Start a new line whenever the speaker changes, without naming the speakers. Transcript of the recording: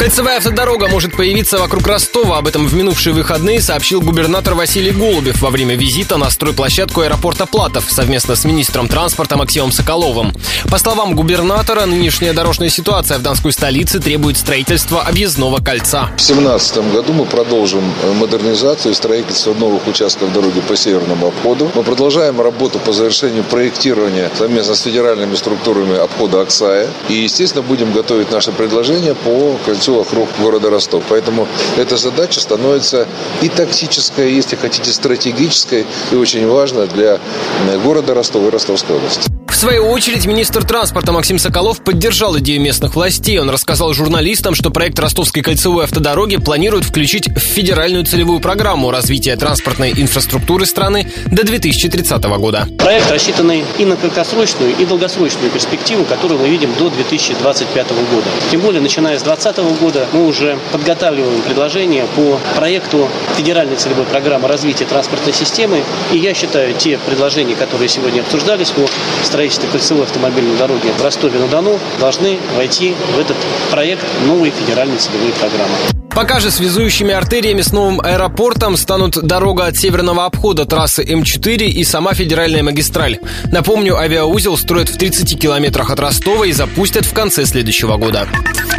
Кольцевая автодорога может появиться вокруг Ростова. Об этом в минувшие выходные сообщил губернатор Василий Голубев во время визита на стройплощадку аэропорта Платов совместно с министром транспорта Максимом Соколовым. По словам губернатора, нынешняя дорожная ситуация в Донской столице требует строительства объездного кольца.
В 2017 году мы продолжим модернизацию и строительство новых участков дороги по Северному обходу. Мы продолжаем работу по завершению проектирования совместно с федеральными структурами обхода Аксая. И, естественно, будем готовить наши предложения по кольцу вокруг города Ростов. Поэтому эта задача становится и тактической, если хотите, стратегической и очень важной для города Ростова и Ростовской области.
В свою очередь, министр транспорта Максим Соколов поддержал идею местных властей. Он рассказал журналистам, что проект Ростовской кольцевой автодороги планируют включить в федеральную целевую программу развития транспортной инфраструктуры страны до 2030 года.
Проект, рассчитанный и на краткосрочную, и долгосрочную перспективу, которую мы видим до 2025 года. Тем более, начиная с 2020 года, мы уже подготавливаем предложения по проекту федеральной целевой программы развития транспортной системы. И я считаю, те предложения, которые сегодня обсуждались по строительству кольцевой автомобильной дороги в Ростове-на-Дону, должны войти в этот проект новой федеральной целевой программы.
Пока же связующими артериями с новым аэропортом станут дорога от северного обхода трассы М4 и сама федеральная магистраль. Напомню, авиаузел строят в 30 километрах от Ростова и запустят в конце следующего года.